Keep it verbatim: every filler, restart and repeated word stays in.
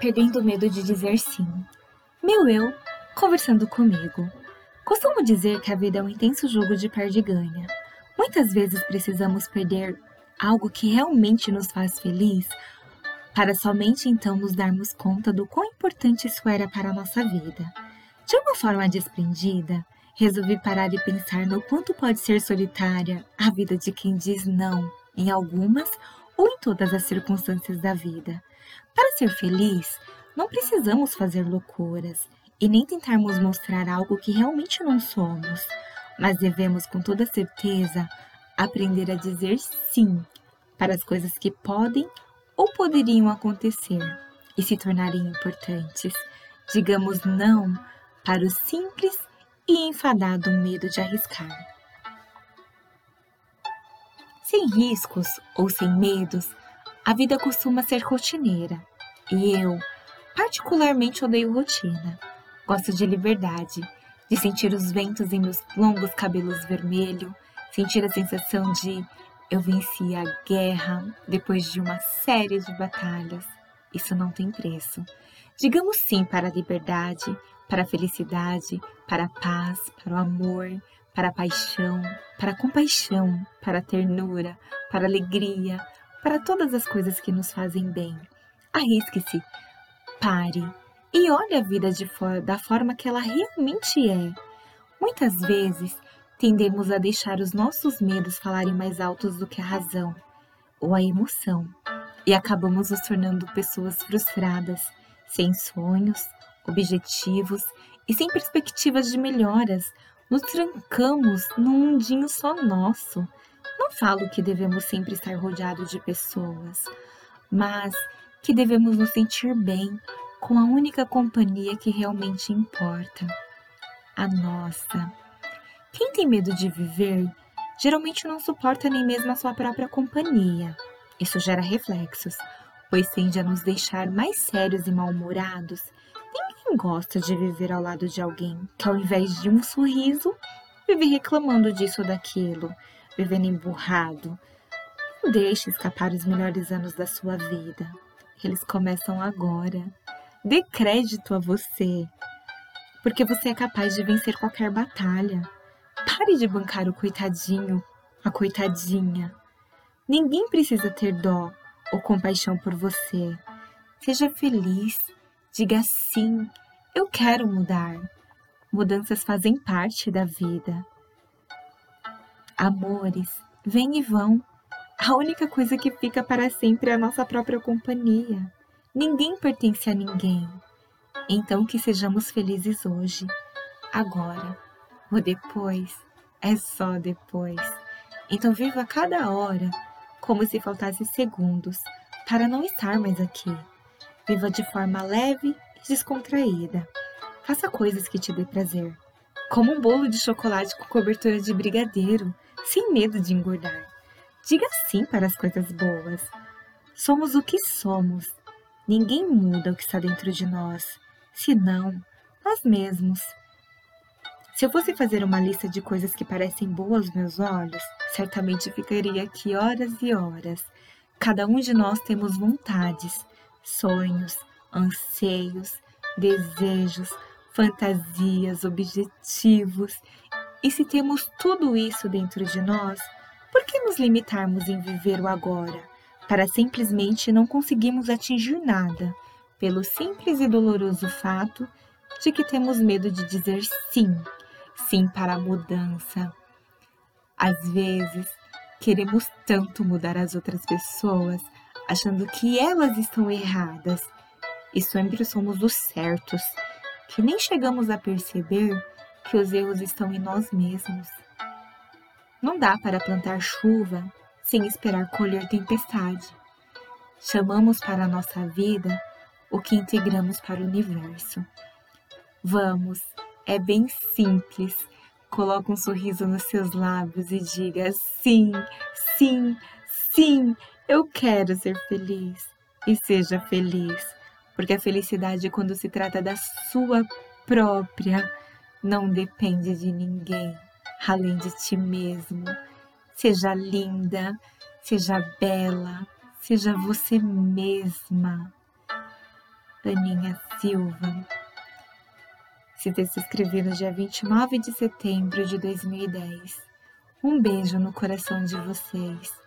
perdendo o medo de dizer sim. Meu eu, conversando comigo. Costumo dizer que a vida é um intenso jogo de perde e ganha. Muitas vezes precisamos perder algo que realmente nos faz feliz para somente então nos darmos conta do quão importante isso era para a nossa vida. De uma forma desprendida, resolvi parar e pensar no quanto pode ser solitária a vida de quem diz não em algumas ou em todas as circunstâncias da vida. Para ser feliz, não precisamos fazer loucuras e nem tentarmos mostrar algo que realmente não somos, mas devemos com toda certeza aprender a dizer sim para as coisas que podem ou poderiam acontecer e se tornarem importantes. Digamos não para o simples e enfadado medo de arriscar. Sem riscos ou sem medos, a vida costuma ser rotineira. E eu, particularmente, odeio rotina. Gosto de liberdade, de sentir os ventos em meus longos cabelos vermelhos, sentir a sensação de eu venci a guerra depois de uma série de batalhas. Isso não tem preço. Digamos sim para a liberdade, para a felicidade, para a paz, para o amor, para a paixão, para a compaixão, para a ternura, para a alegria, para todas as coisas que nos fazem bem. Arrisque-se, pare e olhe a vida de fora, da forma que ela realmente é. Muitas vezes, tendemos a deixar os nossos medos falarem mais altos do que a razão ou a emoção e acabamos nos tornando pessoas frustradas, sem sonhos, objetivos e sem perspectivas de melhoras. Nos trancamos num mundinho só nosso. Não falo que devemos sempre estar rodeados de pessoas, mas que devemos nos sentir bem com a única companhia que realmente importa, a nossa. Quem tem medo de viver, geralmente não suporta nem mesmo a sua própria companhia. Isso gera reflexos, pois tende a nos deixar mais sérios e mal-humorados. Ninguém gosta de viver ao lado de alguém que, ao invés de um sorriso, vive reclamando disso ou daquilo, vivendo emburrado. Não deixe escapar os melhores anos da sua vida. Eles começam agora. Dê crédito a você, porque você é capaz de vencer qualquer batalha. Pare de bancar o coitadinho, a coitadinha. Ninguém precisa ter dó ou compaixão por você. Seja feliz. Diga sim, eu quero mudar. Mudanças fazem parte da vida. Amores vêm e vão. A única coisa que fica para sempre é a nossa própria companhia. Ninguém pertence a ninguém. Então que sejamos felizes hoje, agora. O depois é só depois. Então viva cada hora como se faltasse segundos para não estar mais aqui. Viva de forma leve e descontraída. Faça coisas que te dê prazer. Coma um bolo de chocolate com cobertura de brigadeiro, sem medo de engordar. Diga sim para as coisas boas. Somos o que somos. Ninguém muda o que está dentro de nós, senão nós mesmos. Se eu fosse fazer uma lista de coisas que parecem boas aos meus olhos, certamente ficaria aqui horas e horas. Cada um de nós temos vontades, sonhos, anseios, desejos, fantasias, objetivos. E se temos tudo isso dentro de nós, por que nos limitarmos em viver o agora, para simplesmente não conseguirmos atingir nada, pelo simples e doloroso fato de que temos medo de dizer sim, sim para a mudança. Às vezes, queremos tanto mudar as outras pessoas, achando que elas estão erradas, e sempre somos os certos, que nem chegamos a perceber que os erros estão em nós mesmos. Não dá para plantar chuva sem esperar colher tempestade. Chamamos para a nossa vida o que integramos para o universo. Vamos, é bem simples. Coloque um sorriso nos seus lábios e diga sim, sim, sim, eu quero ser feliz. E seja feliz, porque a felicidade, quando se trata da sua própria, não depende de ninguém, além de ti mesmo. Seja linda, seja bela, seja você mesma. Aninha Silva. Esse texto escrevi no dia vinte e nove de setembro de dois mil e dez. Um beijo no coração de vocês.